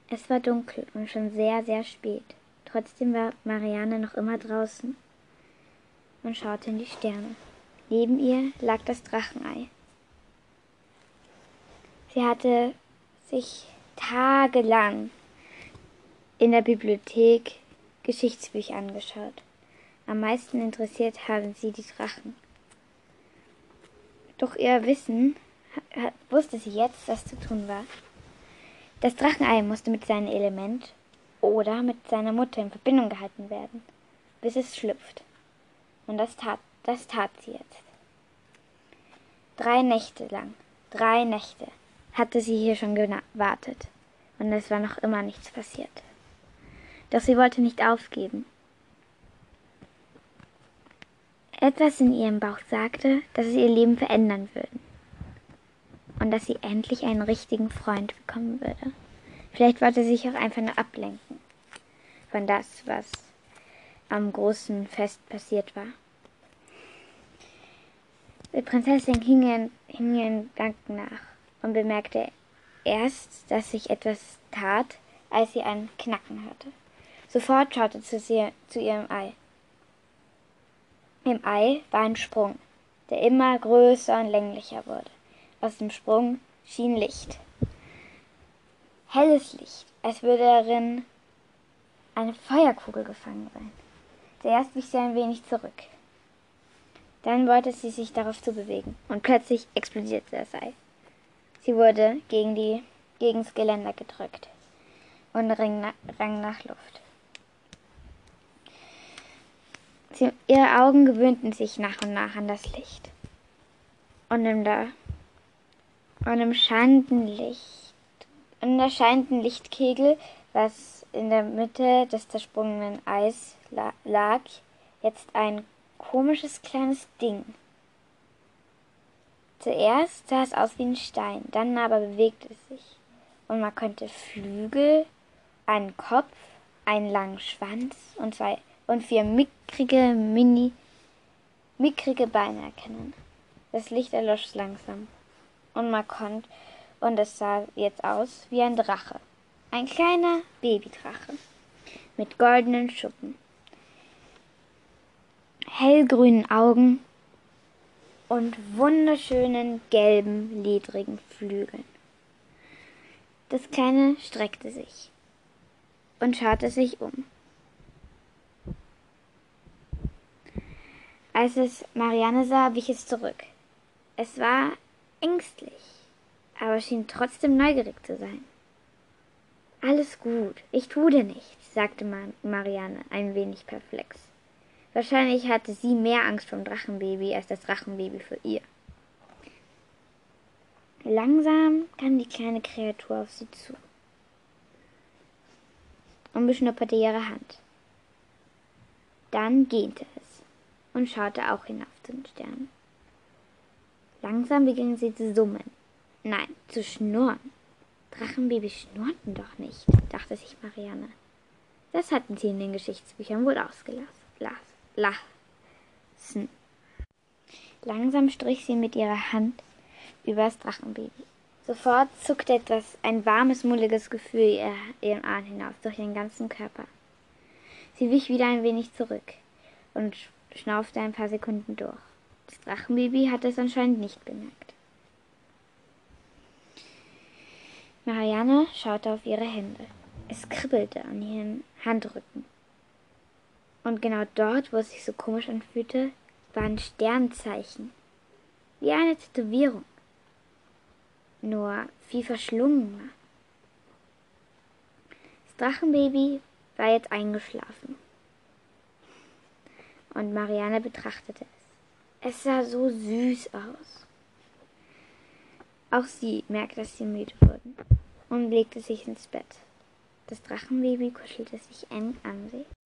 Es war dunkel und schon sehr, sehr spät. Trotzdem war Marianne noch immer draußen und schaute in die Sterne. Neben ihr lag das Drachenei. Sie hatte sich tagelang in der Bibliothek Geschichtsbücher angeschaut. Am meisten interessiert haben sie die Drachen. Doch ihr Wissen wusste sie jetzt, was zu tun war. Das Drachenei musste mit seinem Element oder mit seiner Mutter in Verbindung gehalten werden, bis es schlüpft. Und das tat sie jetzt. 3 Nächte lang, 3 Nächte, hatte sie hier schon gewartet. Und es war noch immer nichts passiert. Doch sie wollte nicht aufgeben. Etwas in ihrem Bauch sagte, dass es ihr Leben verändern würde. Und dass sie endlich einen richtigen Freund bekommen würde. Vielleicht wollte sie sich auch einfach nur ablenken von das, was am großen Fest passiert war. Die Prinzessin hing ihren Gedanken nach und bemerkte erst, dass sich etwas tat, als sie ein Knacken hörte. Sofort schaute sie zu ihrem Ei. Im Ei war ein Sprung, der immer größer und länglicher wurde. Aus dem Sprung schien Licht. Helles Licht, als würde darin eine Feuerkugel gefangen sein. Zuerst wich sie ein wenig zurück. Dann wollte sie sich darauf zubewegen und plötzlich explodierte das Ei. Sie wurde gegen das Geländer gedrückt und rang nach Luft. Ihre Augen gewöhnten sich nach und nach an das Licht. Und in der scheinenden Lichtkegel, was in der Mitte des zersprungenen Eis lag, jetzt ein komisches kleines Ding. Zuerst sah es aus wie ein Stein, dann aber bewegte es sich. Und man konnte Flügel, einen Kopf, einen langen Schwanz und 4 mickrige Beine erkennen. Das Licht erlosch langsam. Und es sah jetzt aus wie ein Drache. Ein kleiner Babydrache mit goldenen Schuppen, hellgrünen Augen und wunderschönen gelben, ledrigen Flügeln. Das Kleine streckte sich und schaute sich um. Als es Marianne sah, wich es zurück. Es war ängstlich, aber schien trotzdem neugierig zu sein. »Alles gut, ich tue dir nichts«, sagte Marianne, ein wenig perplex. Wahrscheinlich hatte sie mehr Angst vor dem Drachenbaby als das Drachenbaby vor ihr. Langsam kam die kleine Kreatur auf sie zu und beschnupperte ihre Hand. Dann gähnte es und schaute auch hinauf zu den Sternen. Langsam begann sie zu summen. Nein, zu schnurren. Drachenbabys schnurrten doch nicht, dachte sich Marianne. Das hatten sie in den Geschichtsbüchern wohl ausgelassen. Langsam strich sie mit ihrer Hand über das Drachenbaby. Sofort zuckte ein warmes, mulmiges Gefühl ihren Arm hinauf, durch ihren ganzen Körper. Sie wich wieder ein wenig zurück und schnaufte ein paar Sekunden durch. Das Drachenbaby hatte es anscheinend nicht bemerkt. Marianne schaute auf ihre Hände. Es kribbelte an ihren Handrücken. Und genau dort, wo es sich so komisch anfühlte, war ein Sternzeichen. Wie eine Tätowierung. Nur viel verschlungener. Das Drachenbaby war jetzt eingeschlafen. Und Marianne betrachtete es. Es sah so süß aus. Auch sie merkte, dass sie müde wurden und legte sich ins Bett. Das Drachenbaby kuschelte sich eng an sie